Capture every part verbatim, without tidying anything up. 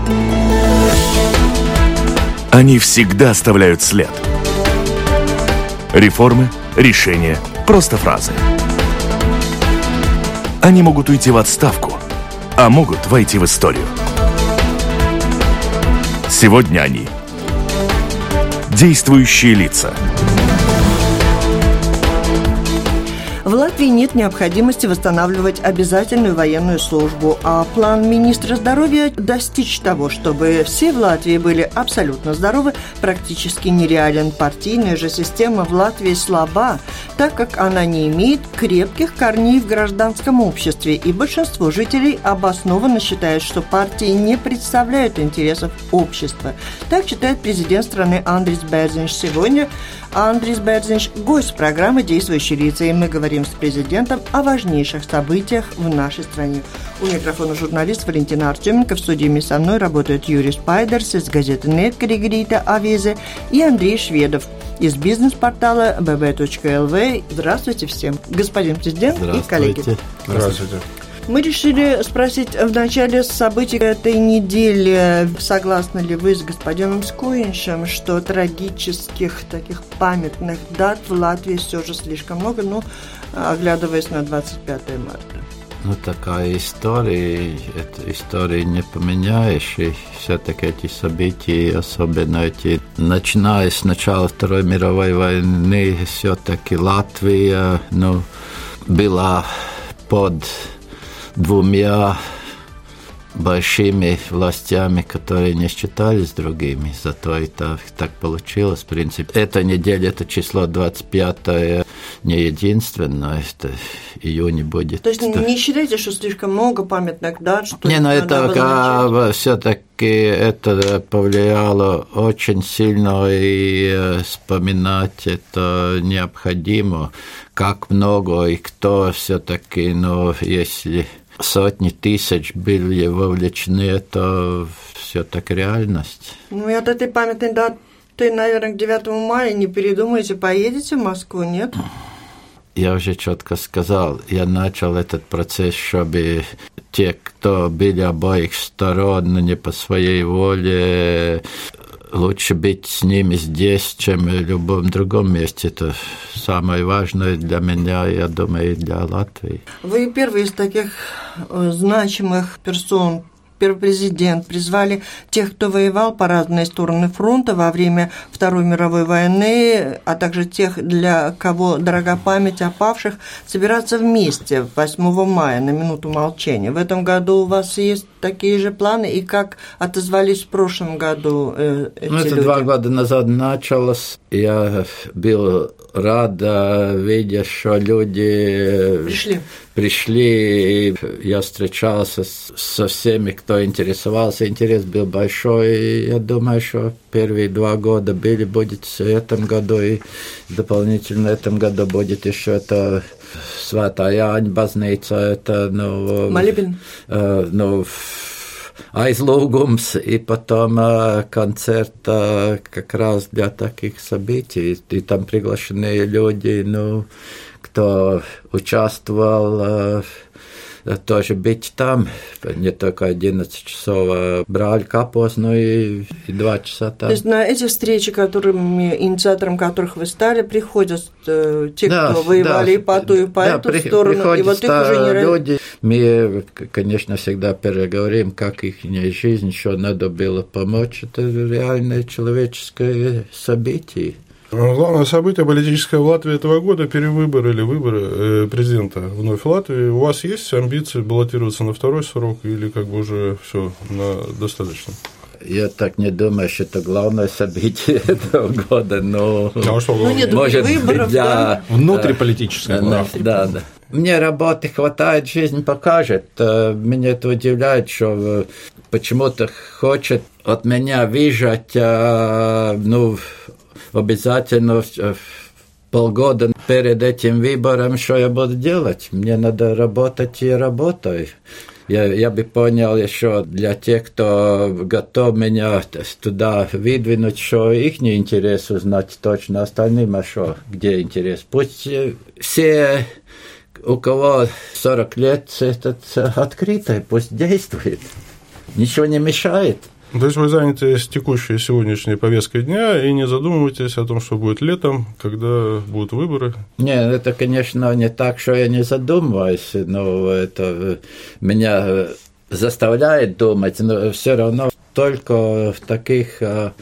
Они всегда оставляют след. Реформы, решения, просто фразы. Они могут уйти в отставку, а могут войти в историю. Сегодня они действующие лица. В Латвии нет необходимости восстанавливать обязательную военную службу, а план министра здоровья достичь того, чтобы все в Латвии были абсолютно здоровы, практически нереален. Партийная же система в Латвии слаба, так как она не имеет крепких корней в гражданском обществе, и большинство жителей обоснованно считают, что партии не представляют интересов общества. Так считает президент страны Андрис Бērziņš. Сегодня Андрис Бērziņš – гость программы «Действующие лица», и мы говорим с президентом о важнейших событиях в нашей стране. У микрофона журналист Валентина Артеменко. В студии со мной работают Юрий Спайдерс из газеты «Neatkarīga Rīta Avīze» и Андрей Шведов из бизнес-портала бэ бэ точка эл ви. Здравствуйте всем, господин президент и коллеги. Здравствуйте. Мы решили спросить в начале событий этой недели, согласны ли вы с господином Skujiņšem, что трагических таких памятных дат в Латвии все же слишком много, ну, оглядываясь на двадцать пятое марта. Ну, такая история, эта история не поменяешь, и все-таки эти события, особенно эти, начиная с начала Второй мировой войны, все-таки Латвия, ну, была под двумя большими властями, которые не считались другими. Зато это так получилось, в принципе. Эта неделя, это число двадцать пятое, не единственное, это июнь будет. То есть не считаете, что слишком много памятных дат? Что не, но это все-таки это повлияло очень сильно, и вспоминать это необходимо, как много и кто все-таки, ну, если сотни тысяч были вовлечены, это все-таки реальность. Ну, и от этой памятной даты, наверное, к девятому мая не передумаете, поедете в Москву, нет? Я уже четко сказал, я начал этот процесс, чтобы те, кто были обоих сторон, но не по своей воле, лучше быть с ними здесь, чем в любом другом месте. Это самое важное для меня, я думаю, и для Латвии. Вы первый из таких значимых персон, первый президент, призвали тех, кто воевал по разные стороны фронта во время Второй мировой войны, а также тех, для кого дорога память о павших, собираться вместе восьмого мая на минуту молчания. В этом году у вас есть такие же планы, и как отозвались в прошлом году э, эти ну, это люди? Два года назад началось. Я был рад, видя, что люди пришли. пришли, и я встречался со всеми, кто интересовался. Интерес был большой, и я думаю, что первые два года были, будет в этом году, и дополнительно в этом году будет еще это Svētā Jāņa baznīca, это, ну, молебен, э, ну, aizlūgums, и потом э, концерт э, как раз для таких событий, и там приглашены люди, ну, кто участвовал, э, тоже быть там, не только одиннадцать часов брали капос, но и, и два часа там. То есть на эти встречи, которыми, инициатором которых вы стали, приходят э, те, да, кто воевали да, и по ту, и по да, эту при, сторону, и вот их уже не люди. Мы, конечно, всегда переговорим, как их жизнь, что надо было помочь. Это реальное человеческое событие. Главное событие политическое в Латвии этого года – перевыборы или выборы президента вновь в Латвии. У вас есть амбиции баллотироваться на второй срок или как бы уже все достаточно? Я так не думаю, что это главное событие этого года, но а что, ну, нет, может выборов, быть для… Да? Внутриполитическое. Да, да, да. Мне работы хватает, жизнь покажет. Меня это удивляет, что почему-то хочет от меня видеть, ну, обязательно полгода перед этим выбором, что я буду делать. Мне надо работать и работаю. Я, я бы понял еще для тех, кто готов меня туда выдвинуть, что их не интерес узнать точно, остальным, а что, где интерес. Пусть все, у кого сорок лет, этот открытый, пусть действует. Ничего не мешает. То есть вы заняты с текущей сегодняшней повесткой дня и не задумываетесь о том, что будет летом, когда будут выборы? Нет, это, конечно, не так, что я не задумываюсь, но это меня заставляет думать, но все равно только в таких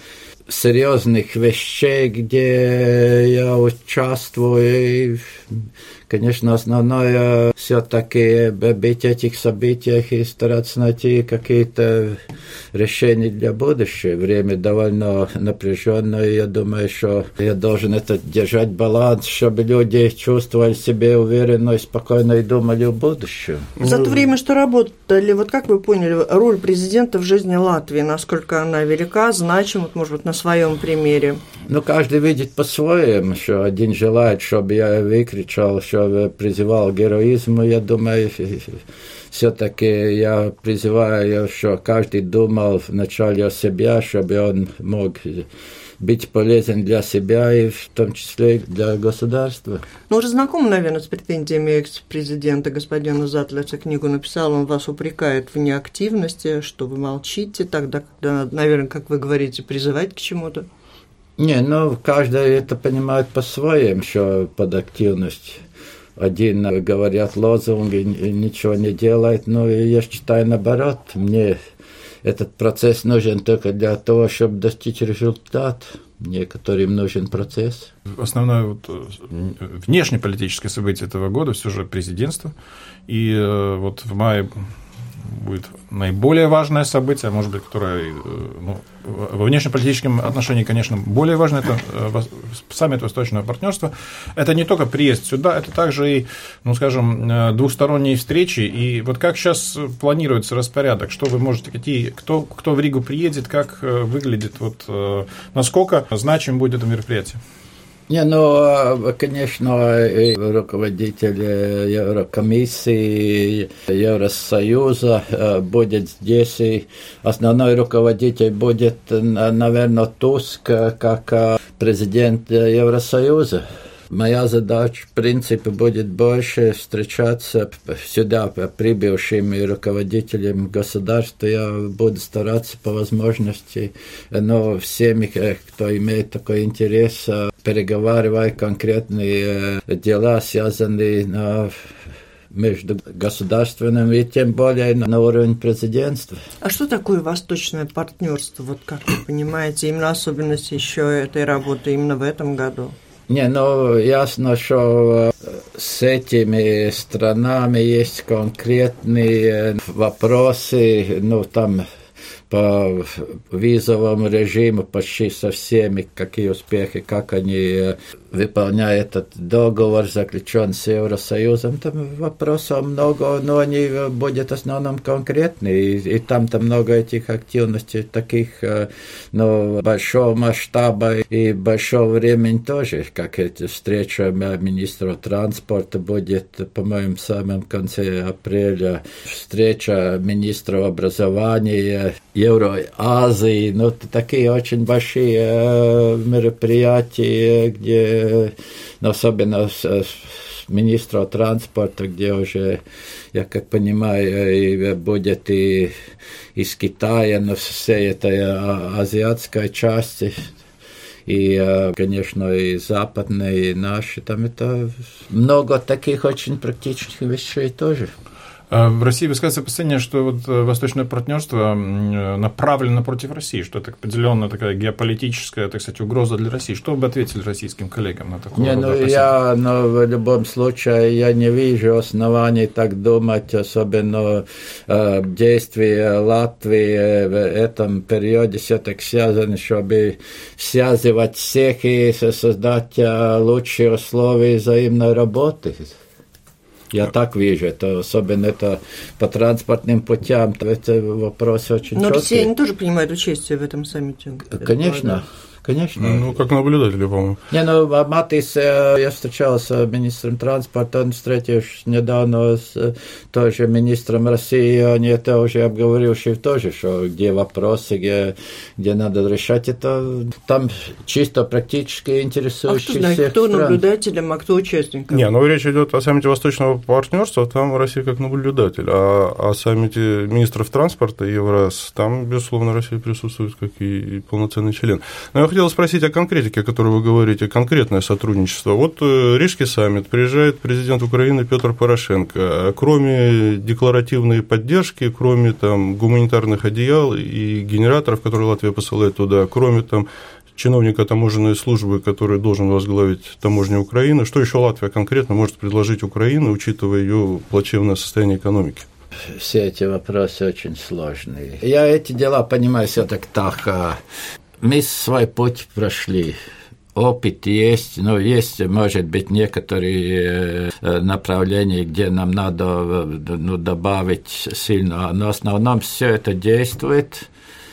серьезных вещах, где я участвую, и, конечно, основное все-таки быть в этих событиях и стараться найти какие-то решения для будущего. Время довольно напряженное, я думаю, что я должен это держать баланс, чтобы люди чувствовали себя уверенно и спокойно и думали о будущем. За то время, что работали, вот как вы поняли, роль президента в жизни Латвии, насколько она велика, значима, может быть, на своем примере? Ну, каждый видит по-своему, что один желает, чтобы я выкричал, чтобы призывал к героизму. Я думаю, все-таки я призываю, что каждый думал вначале о себе, чтобы он мог быть полезен для себя и в том числе для государства. Ну, уже знаком, наверное, с претензиями экс-президента господина Затлеца. Книгу написал, он вас упрекает в неактивности, что вы молчите тогда, когда, наверное, как вы говорите, призывать к чему-то. Не, ну, каждый это понимает по-своему, что под активность. Один говорят лозунги, ничего не делает, но я считаю наоборот, мне этот процесс нужен только для того, чтобы достичь результата. Некоторым нужен процесс. Основное вот, внешнеполитическое событие этого года все же президентство. И вот в мае будет наиболее важное событие, может быть, которое ну, во внешнеполитическом отношении, конечно, более важно, это саммит Восточного партнерства. Это не только приезд сюда, это также и, ну, скажем, двухсторонние встречи. И вот как сейчас планируется распорядок, что вы можете, какие, кто, кто в Ригу приедет, как выглядит, вот, насколько значим будет это мероприятие? Не, ну, конечно, и руководитель Еврокомиссии, Евросоюза будет здесь, и основной руководитель будет, наверное, Туск, как президент Евросоюза. Моя задача, в принципе, будет больше встречаться сюда прибывшими руководителями государства. Я буду стараться по возможности, но всеми, кто имеет такой интерес, переговаривать конкретные дела, связанные на между государственным и тем более на уровень президентства. А что такое восточное партнерство? Вот как вы понимаете, именно особенность еще этой работы именно в этом году? Не, ну, ясно, что с этими странами есть конкретные вопросы, ну, там по визовому режиму почти со всеми, какие успехи, как они выполняют этот договор, заключен с Евросоюзом. Там вопросов много, но они будут в основном конкретные, и, и там-то много этих активностей, таких, ну, большого масштаба и большого времени тоже, как эта встреча министров транспорта будет, по-моему, в самом конце апреля, встреча министров образования, Евроазии, ну, такие очень большие э, мероприятия, где, ну, особенно с, с министром транспорта, где уже, я как понимаю, и будет и из Китая, но всей этой азиатской части, и, конечно, и западные, и наши, там это много таких очень практичных вещей тоже. В России высказывается опасение, что вот восточное партнерство направлено против России, что это определенная такая геополитическая, так сказать, угроза для России. Что бы ответили российским коллегам на такое? Не, ну я, но в любом случае я не вижу оснований так думать, особенно э, действия Латвии в этом периоде все-таки связаны, чтобы связывать всех и создать лучшие условия взаимной работы. Я так вижу, это особенно это по транспортным путям, это вопрос очень четкий. Но россияне тоже принимают участие в этом саммите. Конечно, Конечно. Ну, как наблюдатели, по-моему. Не, ну, Матис, я встречался с министром транспорта, он встретившись недавно с тоже министром России, они тоже обговорившие тоже, что где вопросы, где, где надо решать это, там чисто практически интересующие а кто всех кто стран. Наблюдателем, а кто участником? Не, ну речь идет о саммите Восточного партнерства, там Россия как наблюдатель, а о саммите министров транспорта Евраз, там, безусловно, Россия присутствует как и, и полноценный член. Но я хотел спросить о конкретике, о которой вы говорите, конкретное сотрудничество. Вот Рижский саммит, приезжает президент Украины Петр Порошенко. Кроме декларативной поддержки, кроме там гуманитарных одеял и генераторов, которые Латвия посылает туда, кроме там чиновника таможенной службы, который должен возглавить таможню Украины, что еще Латвия конкретно может предложить Украине, учитывая ее плачевное состояние экономики? Все эти вопросы очень сложные. Я эти дела понимаю все-таки так. Мы свой путь прошли. Опыт есть, но есть, может быть, некоторые направления, где нам надо ну, добавить сильно. Но в основном все это действует.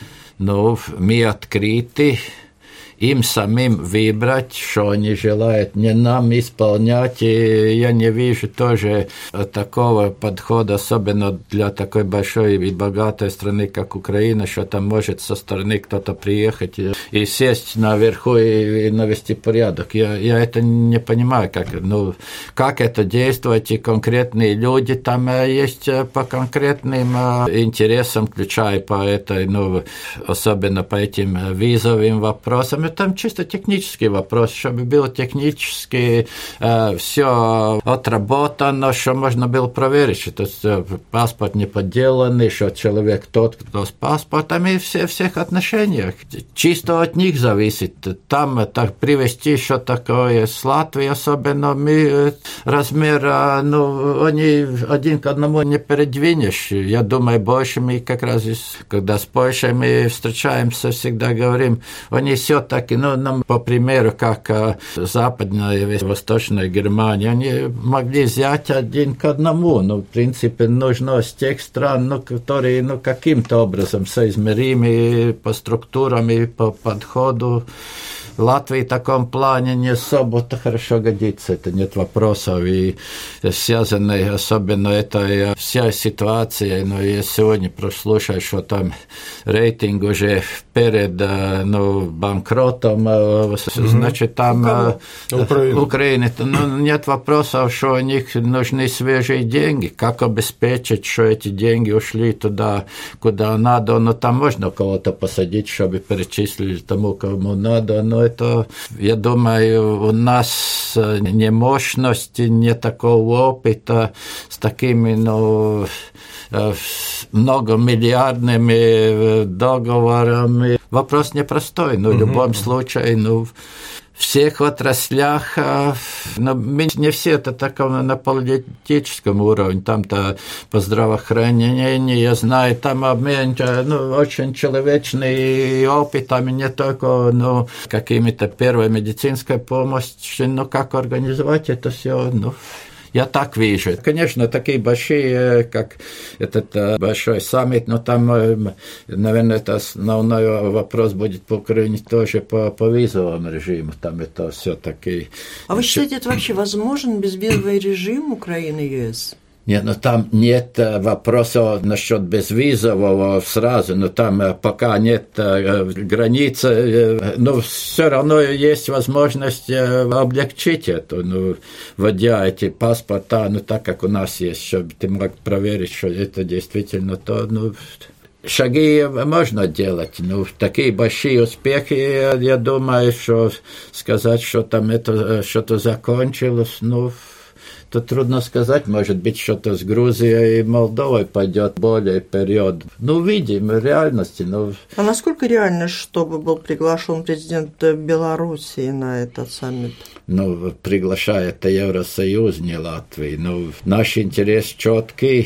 Но мы открыты им самим выбрать, что они желают, не нам исполнять. И я не вижу тоже такого подхода, особенно для такой большой и богатой страны, как Украина, что там может со стороны кто-то приехать и, и сесть наверху и, и навести порядок. Я, я это не понимаю, как, ну, как это действует, и конкретные люди там есть по конкретным интересам, включая по этой, ну, особенно по этим визовым вопросам. Там чисто технический вопрос, чтобы было технически э, все отработано, что можно было проверить, что э, паспорт не подделанный, что человек тот, кто с паспортом, и все, всех отношениях. Чисто от них зависит. Там так, привезти что-то такое с Латвии, особенно мы размер, э, ну, они один к одному не передвинешь. Я думаю, больше мы как раз, когда с Польшей мы встречаемся, всегда говорим, они все так, ну, нам, по примеру, как западная и восточная Германия, они могли взять один к одному, но, в принципе, нужно с тех стран, ну, которые, ну, каким-то образом соизмеримы по структурам и по подходу. Латвии в таком плане не особо-то хорошо годится, это нет вопросов, и связанной особенно этой вся ситуация, но я сегодня прослушал, что там рейтинг уже перед, ну, банкротом, mm-hmm. значит, там Украина. Украина, ну, нет вопросов, что у них нужны свежие деньги, как обеспечить, что эти деньги ушли туда, куда надо, но там можно кого-то посадить, чтобы перечислили тому, кому надо, но это, я думаю, у нас не мощности, не такого опыта с такими, ну, многомиллиардными договорами. Вопрос непростой, но в любом случае, ну, в всех отраслях, но не все это так на политическом уровне, там-то по здравоохранению, я знаю, там обмен, ну, очень человечный опыт, там не только, ну, какими-то первой медицинской помощью, но как организовать это все, ну, я так вижу. Конечно, такие большие, как этот большой саммит, но там, наверное, это основной вопрос будет по Украине тоже по, по визовому режиму. Там это все-таки... А вы считаете, это вообще возможен безвизовый режим Украины и ЕС? Нет, ну там нет вопроса насчет безвизового сразу, но там пока нет границы, но все равно есть возможность облегчить это, ну, вводя эти паспорта, ну, так как у нас есть, чтобы ты мог проверить, что это действительно то, ну, шаги можно делать, но такие большие успехи, я думаю, что сказать, что там это что-то закончилось, ну, то трудно сказать, может быть, что-то с Грузией и Молдовой пойдет более период. Ну, видим реальности. Но... А насколько реально, чтобы был приглашен президент Белоруссии на этот саммит? Ну, приглашает Евросоюз, не Латвия. Ну, наш интерес четкий.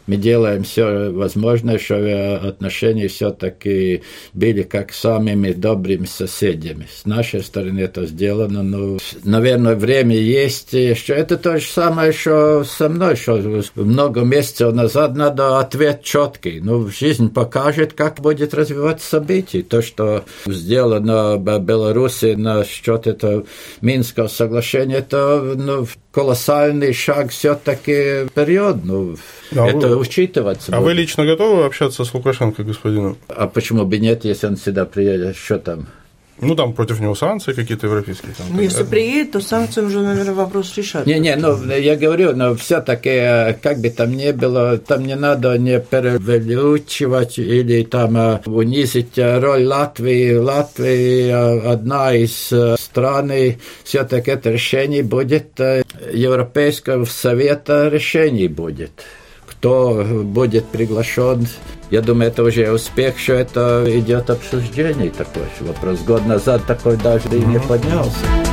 Мы делаем все возможное, чтобы отношения все-таки были как с самыми добрыми соседями. С нашей стороны это сделано, но, наверное, время есть еще. Это то же самое, что со мной, что много месяцев назад надо ответ четкий. Ну, жизнь покажет, как будет развиваться события. То, что сделано в Беларуси насчет этого Минского соглашения, это ну, колоссальный шаг все-таки вперед. Ну, а это вы, учитываться. А будет. Вы лично готовы общаться с Лукашенко, господином? А почему бы нет, если он сюда приедет? Что там? Ну, там против него санкции какие-то европейские. Там, ну, если приедет, то санкции уже, наверное, вопрос решат. Не-не, ну, я говорю, но все-таки, как бы там ни было, там не надо не преувеличивать или там унизить роль Латвии. Латвия одна из стран, все-таки это решение будет, Европейского совета решений будет. Кто будет приглашен, я думаю, это уже успех, что это идет обсуждение такой вопрос. Год назад такой даже и не поднялся.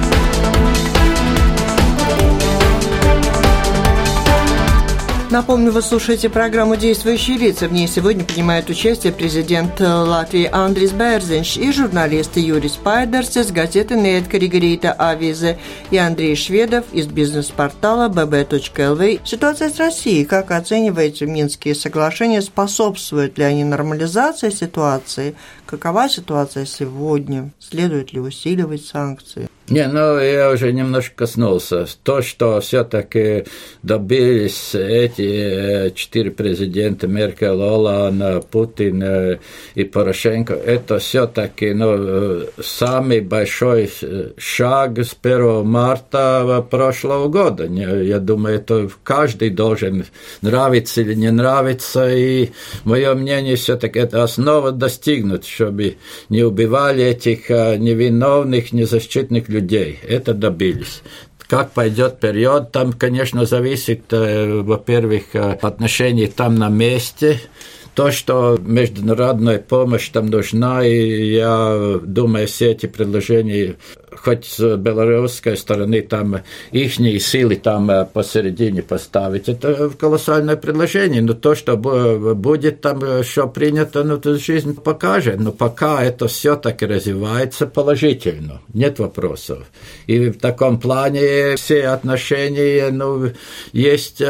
Напомню, вы слушаете программу «Действующие лица». В ней сегодня принимают участие президент Латвии Андрис Бērziņš и журналисты Юрий Спайдерс из газеты «Неatkarīga Rīta Avīze» и Андрей Шведов из бизнес-портала би би точка эл ви. Ситуация с Россией. Как оцениваете Минские соглашения? Способствуют ли они нормализации ситуации? Какова ситуация сегодня? Следует ли усиливать санкции? Не, ну, я уже немножко коснулся. То, что все-таки добились эти четыре президента, Меркель, Оланд, Путин и Порошенко, это все-таки ну, самый большой шаг с первого марта прошлого года. Я думаю, это каждый должен нравиться или не нравиться, и мое мнение, все-таки это основа достигнуть, чтобы не убивали этих невиновных, незащитных людей. Это добились. Как пойдет период, там, конечно, зависит, во-первых, отношений там на месте. То, что международная помощь там нужна, и я думаю, все эти предложения, хоть с белорусской стороны, там ихние силы там посередине поставить, это колоссальное предложение, но то, что будет там, что принято, ну, то жизнь покажет, но пока это все-таки развивается положительно, нет вопросов. И в таком плане все отношения, ну, есть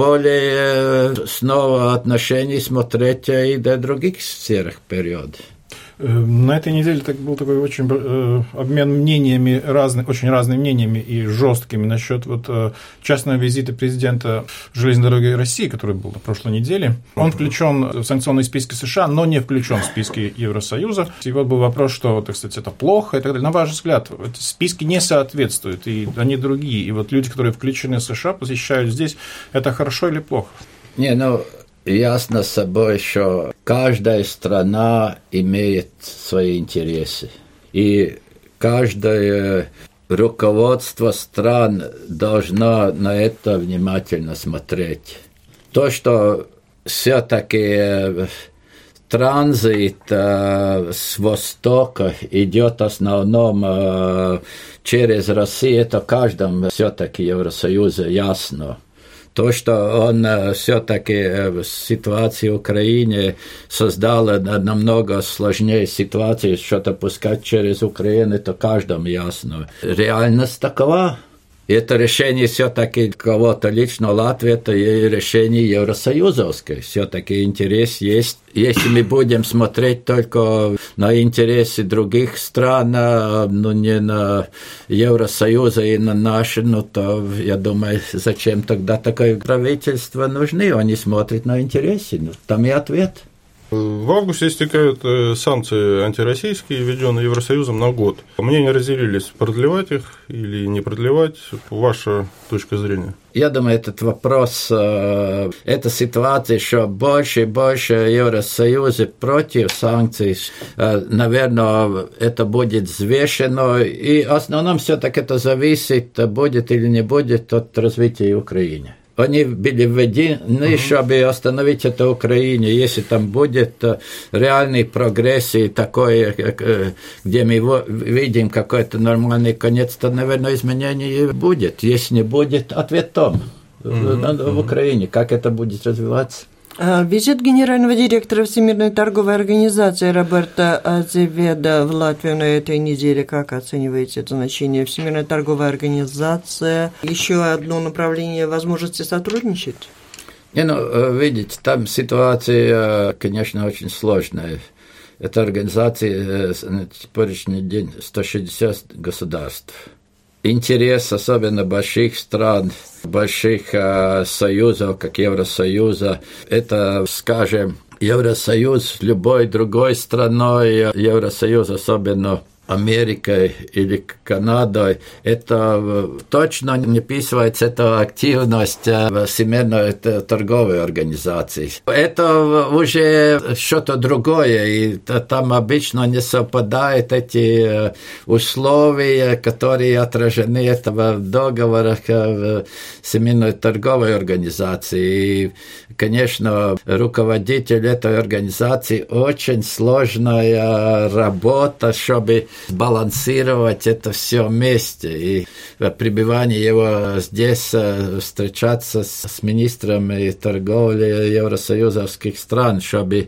более снова отношений смотреть и до других сферах период. На этой неделе так, был такой очень э, обмен мнениями, разный, очень разными мнениями и жесткими насчет вот, э, частного визита президента железной дороги России, который был на прошлой неделе. Он включен в санкционные списки США, но не включен в списки Евросоюза. И вот был вопрос, что, так сказать, это плохо и так далее. На ваш взгляд, эти списки не соответствуют, и они другие. И вот люди, которые включены в США, посещают здесь, это хорошо или плохо? Не, ну... Ясно собой, что каждая страна имеет свои интересы, и каждое руководство стран должно на это внимательно смотреть. То, что все-таки транзит э, с востока идет в основном э, через Россию, это каждому все-таки Евросоюзу ясно. То, что он все-таки в ситуации в Украине создал намного сложнее ситуацию, что-то пускать через Украину, это каждому ясно. Реальность такова. Это решение все-таки кого-то лично Латвии, это и решение евросоюзовское. Все-таки интерес есть. Если мы будем смотреть только на интересы других стран, но не на Евросоюза и на наши, ну, то, я думаю, зачем тогда такое правительство нужны? Они смотрят на интересы. Ну, там и ответ. В августе истекают санкции антироссийские, введенные Евросоюзом на год. Мнения разделились, продлевать их или не продлевать. Ваша точка зрения? Я думаю, этот вопрос, эта ситуация, что больше и больше Евросоюза против санкций, наверное, это будет взвешено. И в основном все-таки это зависит, будет или не будет от развития Украины. Они были введены, uh-huh. чтобы остановить это в Украине, если там будет реальный прогресс и такой, где мы видим какой-то нормальный конец, то, наверное, изменений будет. Если не будет, ответ в том, uh-huh. в Украине, как это будет развиваться. Визит генерального директора Всемирной торговой организации Роберто Азеведо в Латвию на этой неделе. Как оцениваете это значение? Всемирная торговая организация. Еще одно направление возможности сотрудничать? Не, ну, видите, там ситуация, конечно, очень сложная. Эта организация на сегодняшний день сто шестьдесят государств. Интерес особенно больших стран, больших э, союзов, как Евросоюза, это, скажем, Евросоюз с любой другой страной, Евросоюз особенно Америкой или Канадой, это точно не вписывается эта активность в Всемирной торговой организации. Это уже что-то другое, и там обычно не совпадают эти условия, которые отражены в договорах Всемирной торговой организации. И, конечно, руководитель этой организации очень сложная работа, чтобы балансировать это все вместе. И пребывание его здесь, встречаться с министрами торговли евросоюзовских стран, чтобы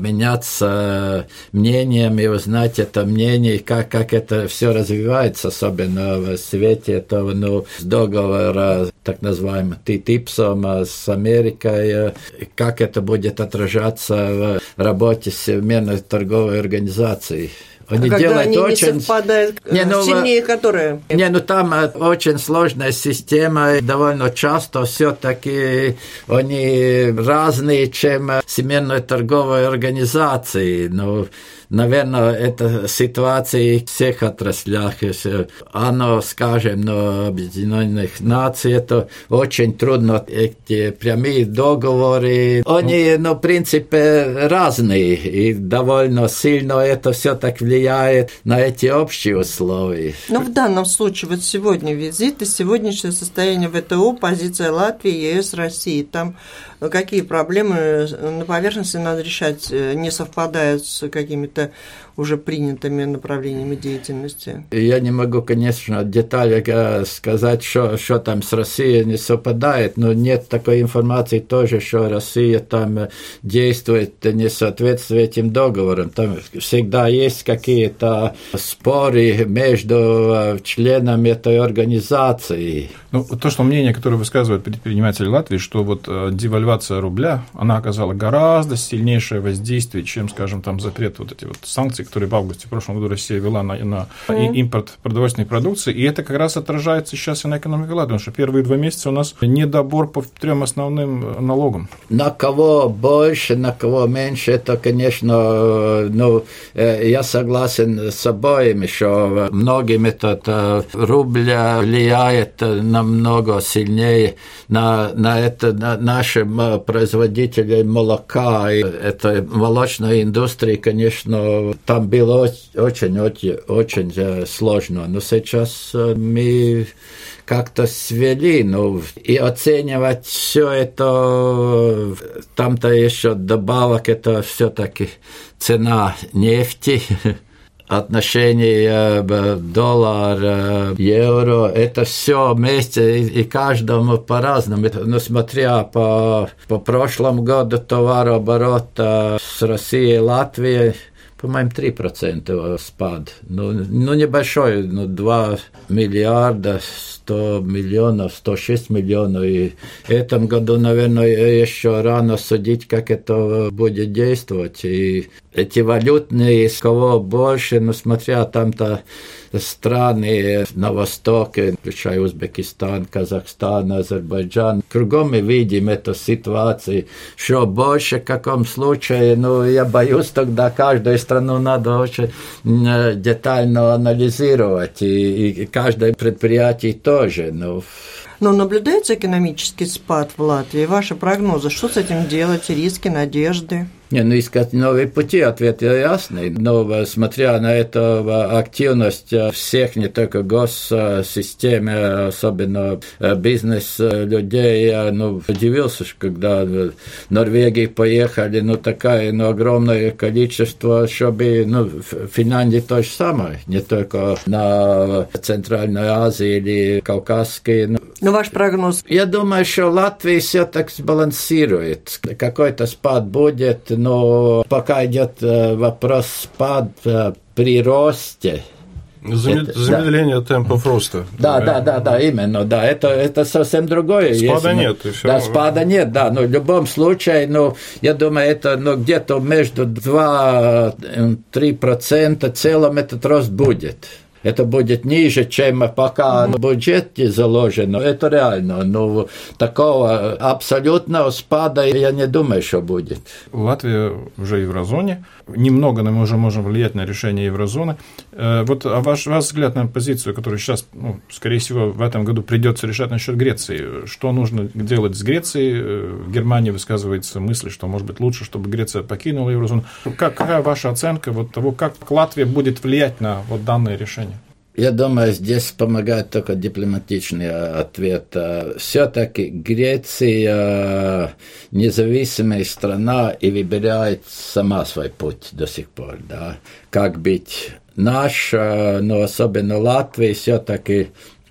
обменяться мнениями, узнать это мнение, как, как это все развивается, особенно в свете этого ну, договора, так называемого ТТИПсом с Америкой, как это будет отражаться в работе Всемирной торговой организации. Они а делают они очень... не совпадают, не, ну, сильнее которые... Не, ну там очень сложная система, и довольно часто все-таки они разные, чем Всемирной торговой организации. Ну, наверное, это ситуация в всех отраслях. Оно, скажем, на Объединенных Нациях, это очень трудно, эти прямые договоры. Они, ну, в принципе, разные, и довольно сильно это все так влияет на эти общие условия. Но в данном случае, вот сегодня визит и сегодняшнее состояние ВТО, позиция Латвии, ЕС, России, там какие проблемы на поверхности надо решать, не совпадают с какими-то уже принятыми направлениями деятельности? Я не могу, конечно, в деталях сказать, что, что там с Россией не совпадает, но нет такой информации тоже, что Россия там действует не в соответствии этим договорам. Там всегда есть какие-то споры между членами этой организации. Ну, то, что мнение, которое высказывают предприниматели Латвии, что вот девальвация рубля, она оказала гораздо сильнейшее воздействие, чем, скажем, там запрет вот эти вот санкций, которые в августе в прошлом году Россия ввела на, на mm. импорт продовольственной продукции, и это как раз отражается сейчас и на экономике Латвии, потому что первые два месяца у нас недобор по трем основным налогам. На кого больше, на кого меньше, это, конечно, ну, я согласен с обоими, что многим этот рубль влияет намного сильнее на, на это, на наших производителей молока, и это молочная индустрия, конечно, там было очень-очень очень сложно, но сейчас мы как-то свели, ну, и оценивать все это, там-то еще добавок, это все-таки цена нефти, отношение доллар, евро, это все вместе, и, и каждому по-разному. Но смотря по, по прошлому году товарооборот с Россией и Латвией, по-моему, три процента спад. Ну, ну, небольшой, ну, два миллиарда, сто миллионов, сто шесть миллионов. И в этом году, наверное, еще рано судить, как это будет действовать. И эти валютные, с кого больше, ну, смотря там-то страны на востоке, включая Узбекистан, Казахстан, Азербайджан, кругом мы видим эту ситуацию, что больше в каком случае, ну, я боюсь, тогда каждую страну надо очень детально анализировать, и, и каждое предприятие тоже, ну. Но наблюдается экономический спад в Латвии? Ваши прогнозы, что с этим делать, риски, надежды? Не, ну, искать новые пути, ответ ясный, но смотря на эту активность всех, не только госсистемы, особенно бизнес-людей, я, ну, удивился, когда в Норвегии поехали, ну, такое, ну, огромное количество, чтобы, ну, в Финляндии то же самое, не только на Центральной Азии или Кавказской, ну, Ну, ваш прогноз? Я думаю, что Латвия все-таки сбалансирует. Какой-то спад будет, но пока идет вопрос спад при росте. Замед... Это, замедление да. темпов роста. Да, да, да, да, именно, да, это, это совсем другое. Спада если, нет. И все да, равно... спада нет, да, но в любом случае, ну, я думаю, это ну, где-то между два-три процента в целом этот рост будет. Это будет ниже, чем пока в бюджете заложено. Это реально. Но такого абсолютного спада я не думаю, что будет. Латвия уже в еврозоне. Немного мы уже можем влиять на решение еврозоны. Вот а ваш, ваш взгляд на позицию, которую сейчас, ну, скорее всего, в этом году придется решать насчет Греции. Что нужно делать с Грецией? В Германии высказывается мысль, что, может быть, лучше, чтобы Греция покинула еврозону. Как, какая ваша оценка вот того, как Латвия будет влиять на вот данное решение? Я думаю, здесь помогает только дипломатичный ответ. Все-таки Греция независимая страна и выбирает сама свой путь до сих пор. Да? Как быть наш, но особенно Латвия, все-таки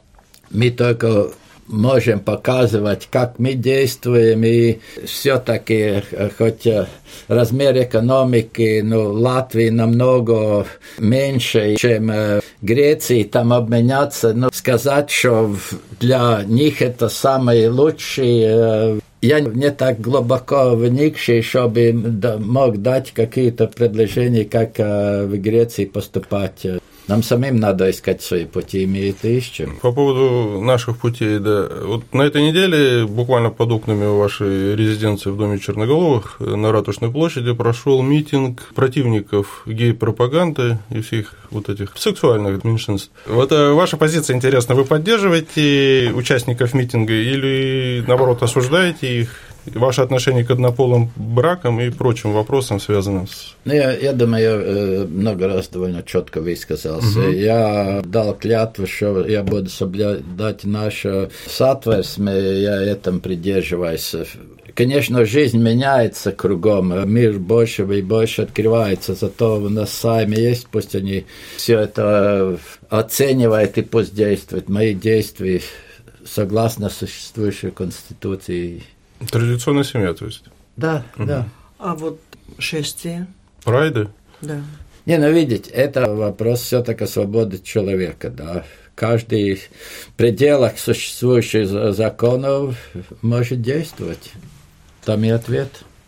мы только можем показывать, как мы действуем, и все-таки, хоть размер экономики, ну, Латвии намного меньше, чем Греции, там обменяться, ну, сказать, что для них это самые лучшие. Я не так глубоко вникший, чтобы мог дать какие-то предложения, как в Греции поступать. Нам самим надо искать свои пути, и мы это ищем. По поводу наших путей, да. Вот на этой неделе, буквально под окнами вашей резиденции в доме Черноголовых на Ратушной площади прошел митинг противников гей-пропаганды и всех вот этих сексуальных меньшинств. Вот ваша позиция интересна. Вы поддерживаете участников митинга или, наоборот, осуждаете их? Ваше отношение к однополым бракам и прочим вопросам, связанным с... Ну, я, я думаю, я много раз довольно четко высказался. Угу. Я дал клятву, что я буду соблюдать нашу сатверсме, я этом придерживаюсь. Конечно, жизнь меняется кругом, мир больше и больше открывается, зато у нас сами есть, пусть они все это оценивают и пусть действуют. Мои действия согласно существующей конституции. Традиционная семья, то есть? Да, угу. Да. А вот шествие? Прайды? Да. Не, ну видите, это вопрос все-таки свободы человека, да. Каждый в пределах существующих законов может действовать. Там и ответ.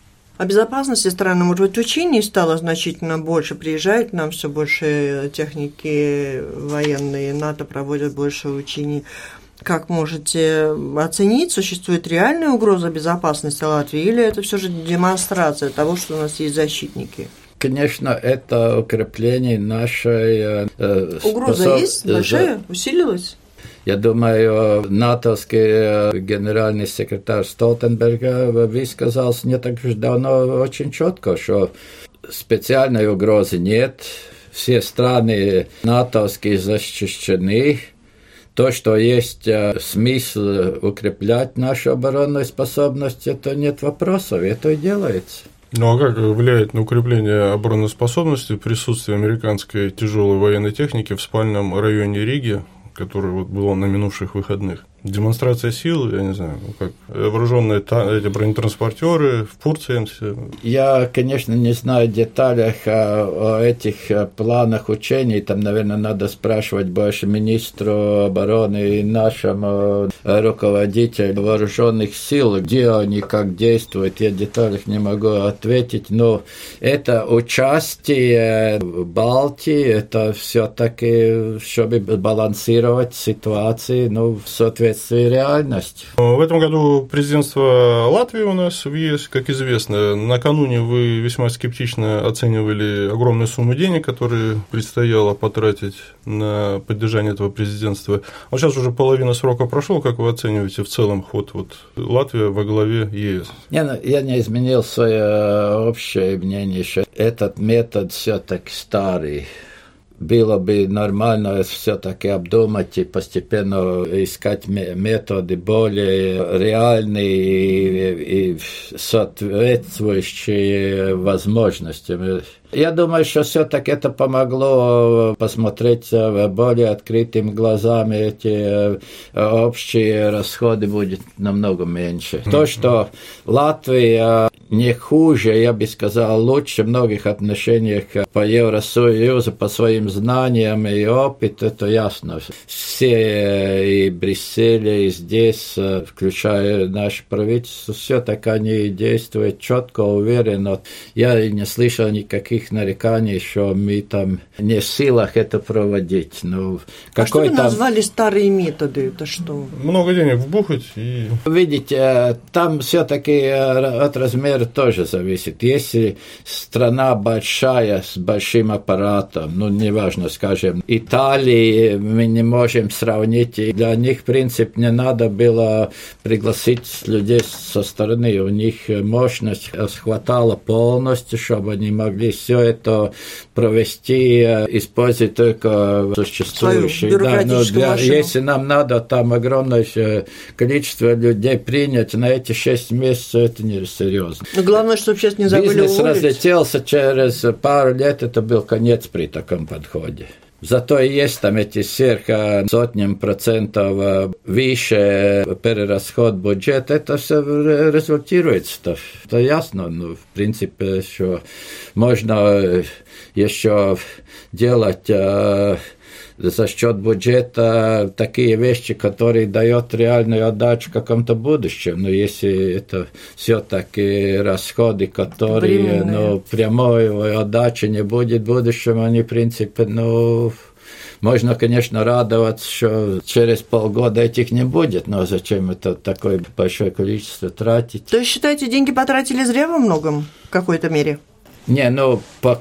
О безопасности страны, может быть, учений стало значительно больше, приезжает нам все больше техники военные, НАТО проводят больше учений. Как можете оценить, существует реальная угроза безопасности Латвии или это все же демонстрация того, что у нас есть защитники? Конечно, это укрепление нашей... Э, угроза способ... есть? Большая? Усилилась? Я думаю, натовский генеральный секретарь Столтенберг высказался не так уж давно очень четко, что специальной угрозы нет, все страны натовские защищены. То, что есть смысл укреплять нашу оборонную способность, это нет вопросов, это и делается. Ну а как влияет на укрепление оборонной способности присутствие американской тяжелой военной техники в спальном районе Риги, который вот был на минувших выходных? Демонстрация сил, я не знаю, ну как, вооруженные эти бронетранспортеры в Турции. Я, конечно, не знаю деталях о, о этих планах учений. Там, наверное, надо спрашивать больше министру обороны и нашему руководителю вооруженных сил, где они, как действуют. Я в деталях не могу ответить, но это участие в Балтии, это все-таки, чтобы балансировать ситуацию, ну, в соответствии реальность. В этом году президентство Латвии у нас в ЕС, как известно. Накануне вы весьма скептично оценивали огромную сумму денег, которые предстояло потратить на поддержание этого президентства. А сейчас уже половина срока прошел. Как вы оцениваете в целом ход вот Латвии во главе ЕС? Я, я не изменил свое общее мнение, что этот метод все-таки старый. было бы нормально все-таки обдумать и постепенно искать методы более реальные и, и соответствующие возможностям. Я думаю, что все-таки это помогло посмотреть более открытыми глазами. Эти общие расходы будут намного меньше. Mm-hmm. То, что Латвия не хуже, я бы сказал, лучше в многих отношениях по Евросоюзу, по своим знаниям и опыту, это ясно. Все и в Брюсселе, и здесь, включая наше правительство, все-таки они действуют четко, уверенно. Я не слышал никаких нареканий, что мы там не в силах это проводить. Ну, а что вы там... назвали старые методы? Это что? Много денег вбухать и... Видите, там все-таки от размера тоже зависит. Если страна большая, с большим аппаратом, ну, неважно, скажем, Италии мы не можем сравнить, и для них, в принципе, не надо было пригласить людей со стороны, у них мощность хватала полностью, чтобы они могли все это провести, используя только существующие. Да, но для, если нам надо там огромное количество людей принять на эти шесть месяцев, это не серьезно. Но главное, чтобы сейчас не забыли Бизнес уволить. разлетелся через пару лет, это был конец при таком подходе. Зато и есть там эти сверх сотням процентов выше перерасход бюджета, это все результируется. Это ясно, ну, в принципе, что можно еще делать за счет бюджета такие вещи, которые дают реальную отдачу в каком-то будущем. Но если это все-таки расходы, которые ну, прямой отдачи не будет в будущем, они, в принципе, ну, можно, конечно, радоваться, что через полгода этих не будет, но зачем это такое большое количество тратить? То есть, считаете, деньги потратили зря во многом, в какой-то мере? Не, ну,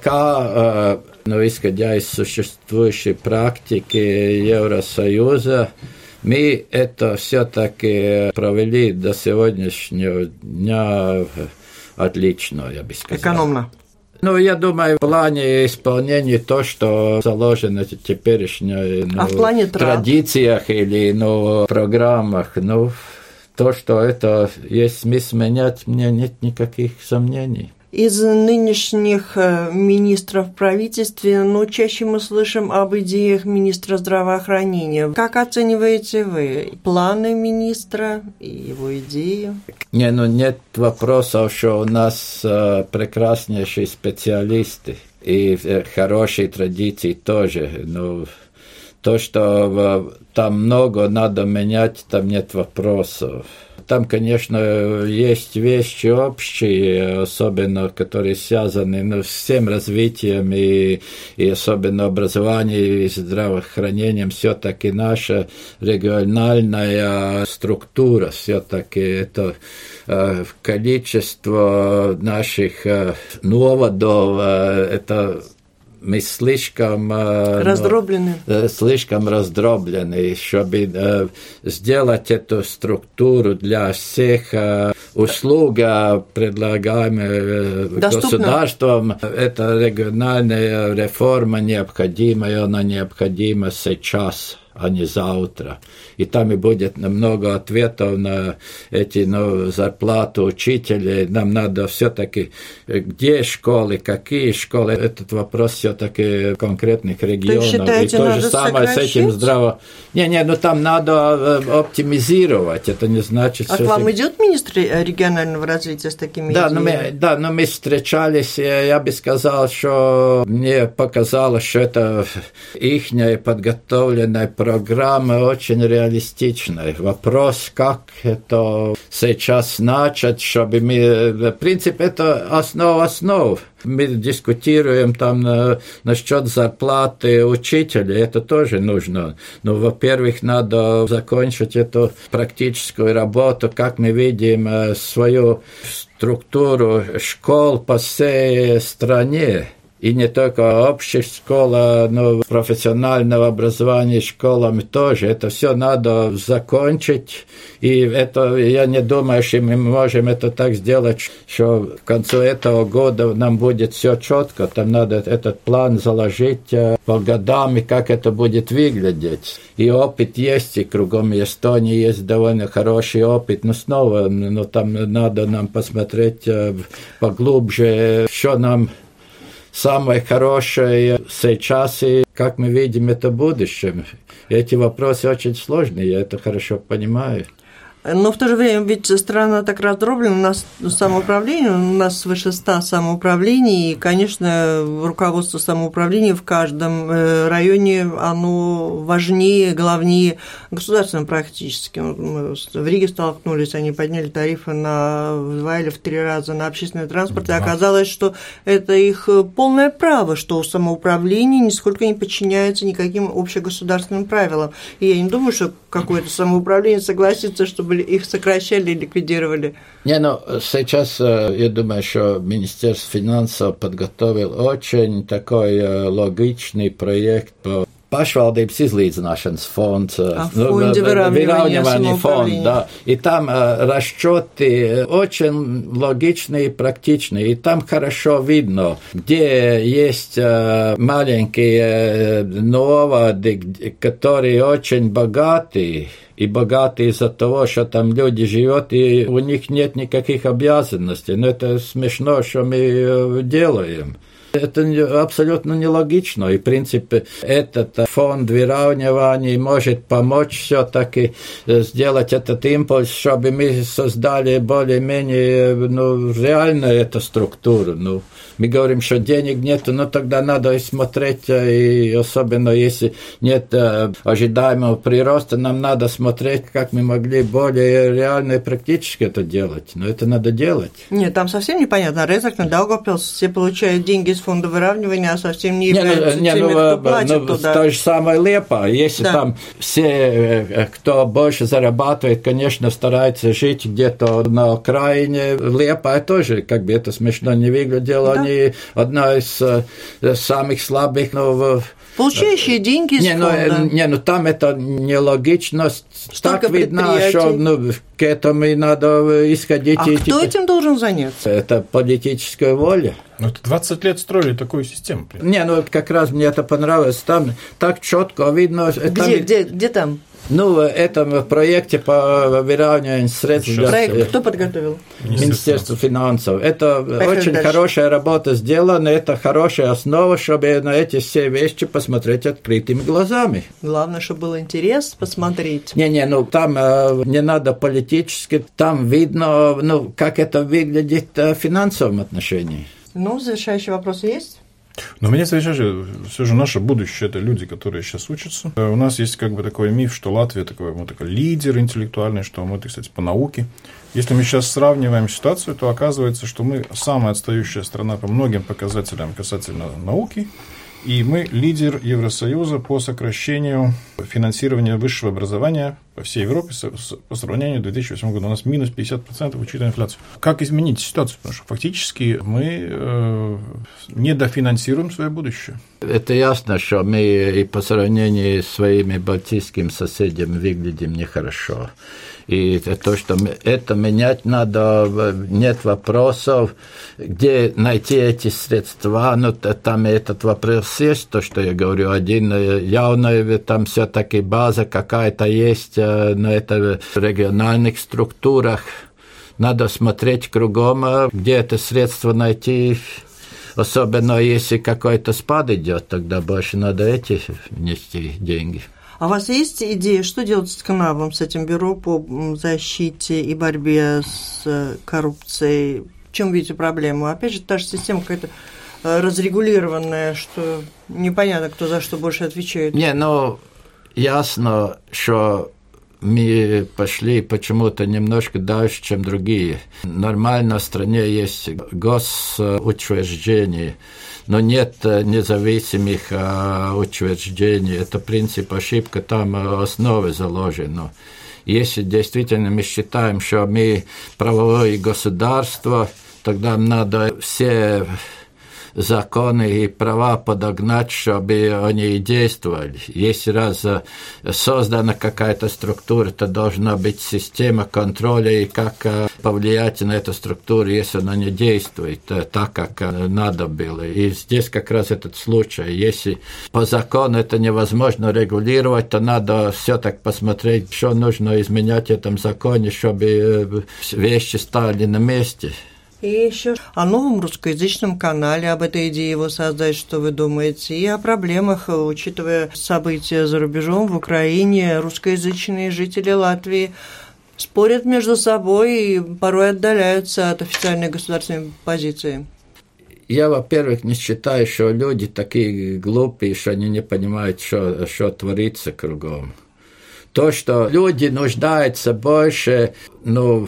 пока, ну, исходя из существующей практики Евросоюза, мы это все-таки провели до сегодняшнего дня отлично, я бы сказал. Экономно. Ну, я думаю, в плане исполнения то, что заложено в теперешних ну, а в плане традициях или ну, программах, ну, то, что это есть смысл менять, мне нет никаких сомнений. Из нынешних министров в правительстве, ну, чаще мы слышим об идеях министра здравоохранения. Как оцениваете вы планы министра и его идеи? Не, ну, нет вопросов, что у нас э, прекраснейшие специалисты и э, хорошие традиции тоже. Ну, то, что э, там много надо менять, там нет вопросов. Там, конечно, есть вещи общие, особенно, которые связаны ну, с всем развитием и, и особенно образованием и здравоохранением. Все-таки наша региональная структура, все-таки это э, количество наших э, новодов, э, это мы слишком раздроблены, ну, слишком раздроблены, чтобы э, сделать эту структуру для всех э, услуг, предлагаемых государством. Эта региональная реформа необходима, и она необходима сейчас, а не завтра. И там и будет много ответов на эти ну, зарплаты учителей. Нам надо все-таки, где школы, какие школы, этот вопрос все-таки конкретных регионов. Считаете, и то же самое сокращать? С этим здраво... Не, не, ну там надо оптимизировать, это не значит... А к вам идет министр регионального развития с такими да, идеями? Но мы, да, но мы встречались, я бы сказал, что мне показалось, что это ихняя подготовленная программа очень реалистичная. Вопрос, как это сейчас начать, чтобы мы... В принципе, это основа основ. Мы дискутируем там на, насчет зарплаты учителей, это тоже нужно. Но, во-первых, надо закончить эту практическую работу, как мы видим свою структуру школ по всей стране. И не только общая школа, но профессионального образования школами тоже. Это все надо закончить. И это, я не думаю, что мы можем это так сделать, что к концу этого года нам будет все четко. Там надо этот план заложить по годам, и как это будет выглядеть. И опыт есть, и кругом Эстонии есть довольно хороший опыт. Но снова, ну, там надо нам посмотреть поглубже, что нам самое хорошее сейчас, и как мы видим это в будущем. Эти вопросы очень сложные, я это хорошо понимаю. Но в то же время ведь страна так раздроблена, у нас самоуправление, у нас свыше ста самоуправлений, и, конечно, руководство самоуправления в каждом районе, оно важнее, главнее государственного практически. Мы в Риге столкнулись, они подняли тарифы на в два или в три раза на общественный транспорт, да. И оказалось, что это их полное право, что самоуправление нисколько не подчиняется никаким общегосударственным правилам. И я не думаю, что какое-то самоуправление согласится, чтобы их сокращали и ликвидировали. Не, ну, сейчас, я думаю, что Министерство финансов подготовил очень такой логичный проект по pašvaldības izlīdzināšanas fonds, а, ну, выравнивание фонд, да, и там э, расчеты очень логичные и практичные, и там хорошо видно, где есть э, маленькие э, новоды, которые очень богатые, и богатые из-за того, что там люди живут, и у них нет никаких обязанностей. Но это смешно, что мы делаем. Это абсолютно нелогично, и, в принципе, этот фонд выравнивания может помочь все-таки сделать этот импульс, чтобы мы создали более-менее ну, реальную эту структуру. Ну, мы говорим, что денег нет, но тогда надо смотреть, и особенно если нет ожидаемого прироста, нам надо смотреть, как мы могли более реально и практически это делать. Но это надо делать. Нет, там совсем непонятно. Резакне, Даугавпилс, все получают деньги из фонда выравнивания, а совсем не являются не, ну, теми, ну, кто платит ну, туда. То же самое Лепа. Если да. Там все, кто больше зарабатывает, конечно, стараются жить где-то на окраине. Лепа тоже, как бы это смешно не выглядело, да. Они одна из самых слабых, но получающие деньги из не, фонда. Ну, не, ну там это нелогичность. Так видно, что ну, к этому и надо исходить. А и, кто типа, этим должен заняться? Это политическая воля. Ну, это двадцать лет строили такую систему. Не, ну как раз мне это понравилось. Там так четко видно. Где, там, где, где там? Ну, в этом проекте по выравниванию средств. Проект кто подготовил? Министерство финансов. Это Поехали очень дальше. Хорошая работа сделана, это хорошая основа, чтобы на эти все вещи посмотреть открытыми глазами. Главное, чтобы был интерес посмотреть. Не-не, ну там э, не надо политически, там видно, ну, как это выглядит в финансовом отношении. Ну, завершающие вопросы есть? Но меня завершает, все же наше будущее – это люди, которые сейчас учатся. У нас есть как бы такой миф, что Латвия такой, ну, такой лидер интеллектуальный, что мы, кстати, по науке. Если мы сейчас сравниваем ситуацию, то оказывается, что мы самая отстающая страна по многим показателям касательно науки. И мы лидер Евросоюза по сокращению финансирования высшего образования по всей Европе по сравнению с две тысячи восьмым годом. У нас минус пятьдесят процентов, учитывая инфляцию. Как изменить ситуацию? Потому что фактически мы э, недофинансируем свое будущее. Это ясно, что мы и по сравнению с своими балтийскими соседями выглядим нехорошо. И то, что это менять надо, нет вопросов, где найти эти средства, ну, там этот вопрос есть, то, что я говорю, один явно, там все-таки база какая-то есть на это в региональных структурах, надо смотреть кругом, где это средство найти. Особенно если какой-то спад идет, тогда больше надо эти внести деньги. А у вас есть идея, что делать с КНАВом, с этим бюро по защите и борьбе с коррупцией? В чем видите проблему? Опять же, та же система какая-то разрегулированная, что непонятно, кто за что больше отвечает. Не, ну, ясно, что мы пошли почему-то немножко дальше, чем другие. Нормально в стране есть госучреждения, но нет независимых учреждений. Это принцип ошибка, там основы заложены. Если действительно мы считаем, что мы правовое государство, тогда надо все законы и права подогнать, чтобы они действовали. Если раз создана какая-то структура, то должна быть система контроля и как повлиять на эту структуру, если она не действует так, как надо было. И здесь как раз этот случай. Если по закону это невозможно регулировать, то надо все так посмотреть, что нужно изменять в этом законе, чтобы вещи стали на месте. И еще о новом русскоязычном канале, об этой идее его создать, что вы думаете, и о проблемах, учитывая события за рубежом, в Украине, русскоязычные жители Латвии спорят между собой и порой отдаляются от официальной государственной позиции. Я, во-первых, не считаю, что люди такие глупые, что они не понимают, что, что творится кругом. То, что люди нуждаются больше, ну,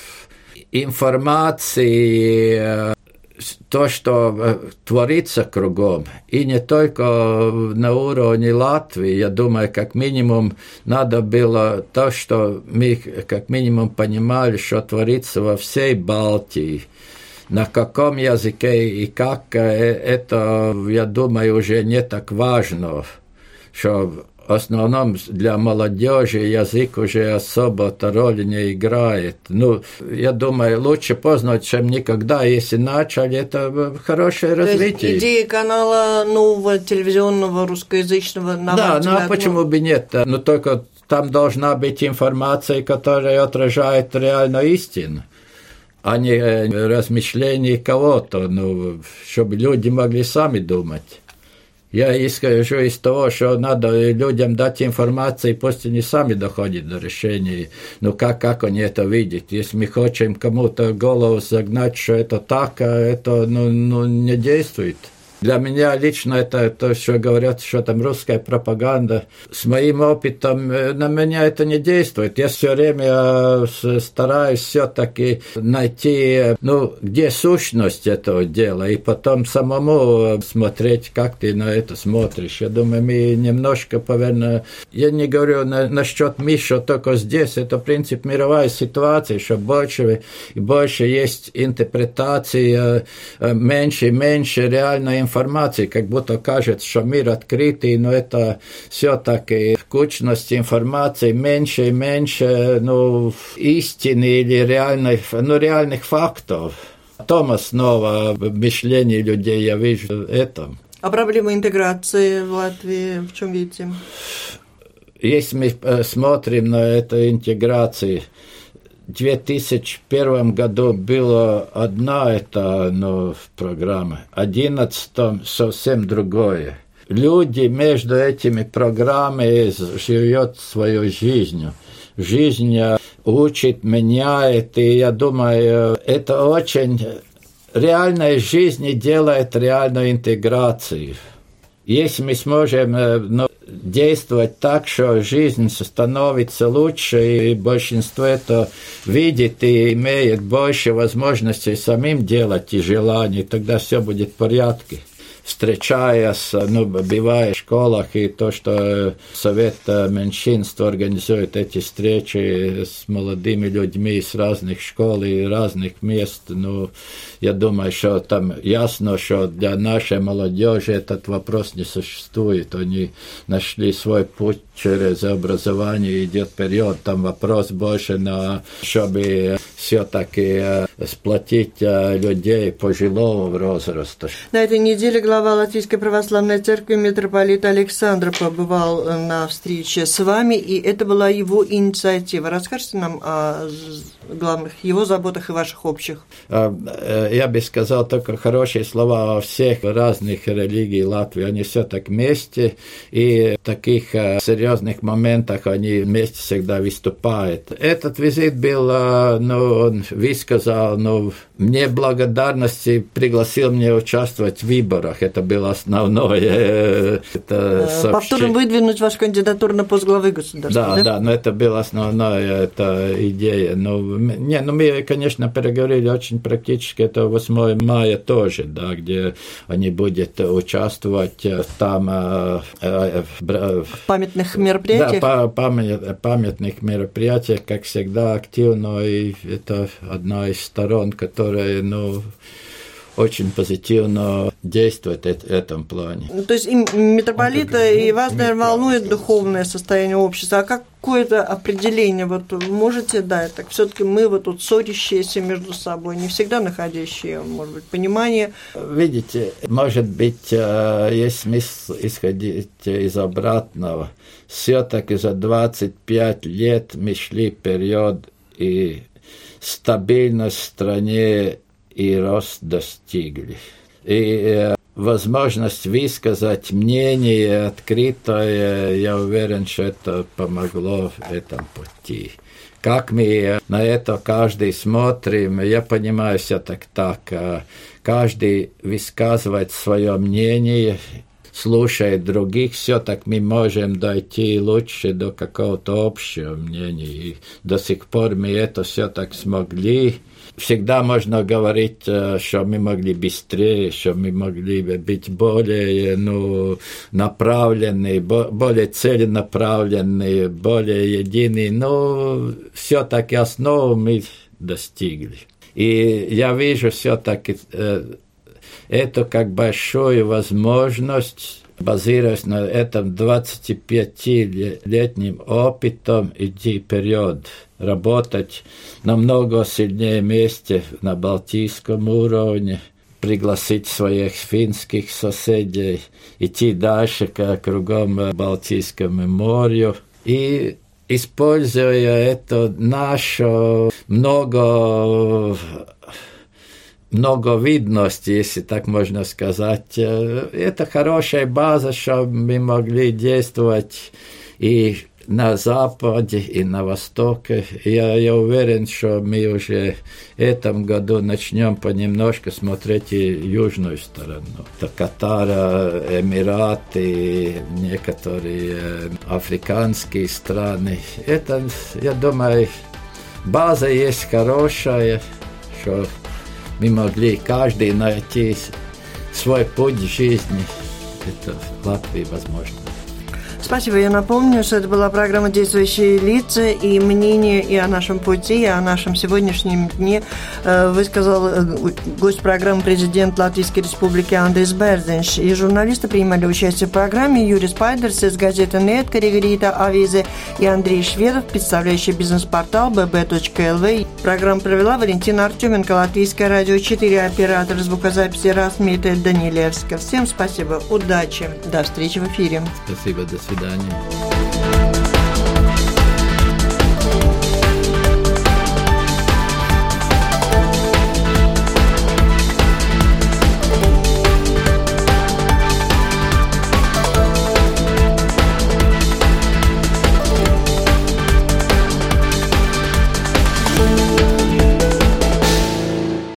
информации, то, что творится кругом, и не только на уровне Латвии. Я думаю, как минимум надо было то, что мы как минимум понимали, что творится во всей Балтии. На каком языке и как, это, я думаю, уже не так важно, что в основном для молодежи язык уже особо-то роли не играет. Ну, я думаю, лучше поздно, чем никогда. Если начали, это хорошее развитие. То есть идея канала нового телевизионного русскоязычного на Да, ну а почему бы нет? Но только там должна быть информация, которая отражает реальную истину, а не размышления кого-то, ну, чтобы люди могли сами думать. Я исхожу из того, что надо людям дать информацию, и пусть они сами доходят до решения. Ну, как, как они это видят? Если мы хотим кому-то голову загнать, что это так, а это ну, ну, не действует. Для меня лично это то, что говорят, что там русская пропаганда. С моим опытом на меня это не действует. Я все время стараюсь все-таки найти, ну, где сущность этого дела, и потом самому смотреть, как ты на это смотришь. Я думаю, мы немножко, наверное, я не говорю на, насчет Миши, только здесь, это, в принципе, мировая ситуация, что больше и больше есть интерпретации, меньше и меньше реальной информации. информации, как будто кажется, что мир открытый, но это все-таки скучность информации меньше и меньше, ну, истины или реальных, ну, реальных фактов. Потом основа мышления людей, я вижу это. А проблема интеграции в Латвии в чем видите? Если мы смотрим на эту интеграцию, в две тысячи первом году была одна эта ну, программа, в две тысячи одиннадцатом совсем другое. Люди между этими программами живут свою жизнь. Жизнь учит, меняет, и я думаю, это очень реальная жизнь делает реальную интеграцию. Если мы сможем ну, действовать так, что жизнь становится лучше, и большинство это видит и имеет больше возможностей самим делать и желаний, тогда все будет в порядке. Встречаясь, ну, бывая в школах, и то, что Совет меньшинств организует эти встречи с молодыми людьми с разных школ и разных мест, ну, я думаю, что там ясно, что для нашей молодежи этот вопрос не существует. Они нашли свой путь через образование, идет вперед. Там вопрос больше на, чтобы все-таки сплотить людей пожилого возраста. На этой неделе глава Латвийской православной церкви митрополит Александр побывал на встрече с вами, и это была его инициатива. Расскажите нам о главных его заботах и ваших общих. Я бы сказал только хорошие слова о всех разных религий Латвии. Они все так вместе, и в таких серьезных моментах они вместе всегда выступают. Этот визит был, ну, он высказал, ну, мне благодарности, пригласил меня участвовать в выборах. Это было основное. Это повторно выдвинуть вашу кандидатуру на пост главы государства. Да, да, да, но это была основная эта идея. Ну, не, ну, мы, конечно, переговорили очень практически, это восьмого мая тоже, да, где они будут участвовать там э, э, в, в памятных мероприятиях. Да, памят, памятных мероприятиях, как всегда, активно, и это одна из сторон, которая, ну, очень позитивно действует в этом плане. То есть и митрополита, и вас, наверное, волнует духовное состояние общества. А какое-то определение вот можете дать? Так все-таки мы вот тут ссорящиеся между собой, не всегда находящие, может быть, понимание. Видите, может быть, есть смысл исходить из обратного. Все-таки за двадцать пять лет мы шли период, и стабильность в стране и рост достигли. И э, возможность высказать мнение открытое, я уверен, что это помогло в этом пути. Как мы на это каждый смотрим, я понимаю все-таки так, каждый высказывает свое мнение, слушает других, все-таки мы можем дойти лучше до какого-то общего мнения. И до сих пор мы это все-таки смогли. Всегда можно говорить, что мы могли быстрее, что мы могли быть более ну, направленные, более целенаправленные, более единые, но все-таки основу мы достигли. И я вижу все-таки это как большую возможность, базируясь на этом двадцатипятилетним опытом, идти вперед, работать намного сильнее вместе на балтийском уровне, пригласить своих финских соседей, идти дальше к кругом Балтийскому морю и, используя это нашу много многовидность, если так можно сказать. Это хорошая база, чтобы мы могли действовать и на Западе, и на Востоке. Я, я уверен, что мы уже в этом году начнем понемножку смотреть и южную сторону. Это Катар, Эмираты, некоторые африканские страны. Это, я думаю, база есть хорошая, что мы могли каждый найти свой путь в жизни. Это в Латвии возможно. Спасибо. Я напомню, что это была программа «Действующие лица», и мнение и о нашем пути, и о нашем сегодняшнем дне высказал гость программы президент Латвийской Республики Андрис Берзинш. И журналисты принимали участие в программе: Юрис Пайдерс из газеты «Нет», Каригарита Авизе, и Андрей Шведов, представляющий бизнес-портал би би точка эл ви. Программу провела Валентина Артеменко, Латвийское радио четыре, оператор звукозаписи Расмита Данилевска. Всем спасибо, удачи, до встречи в эфире. Спасибо, до свидания.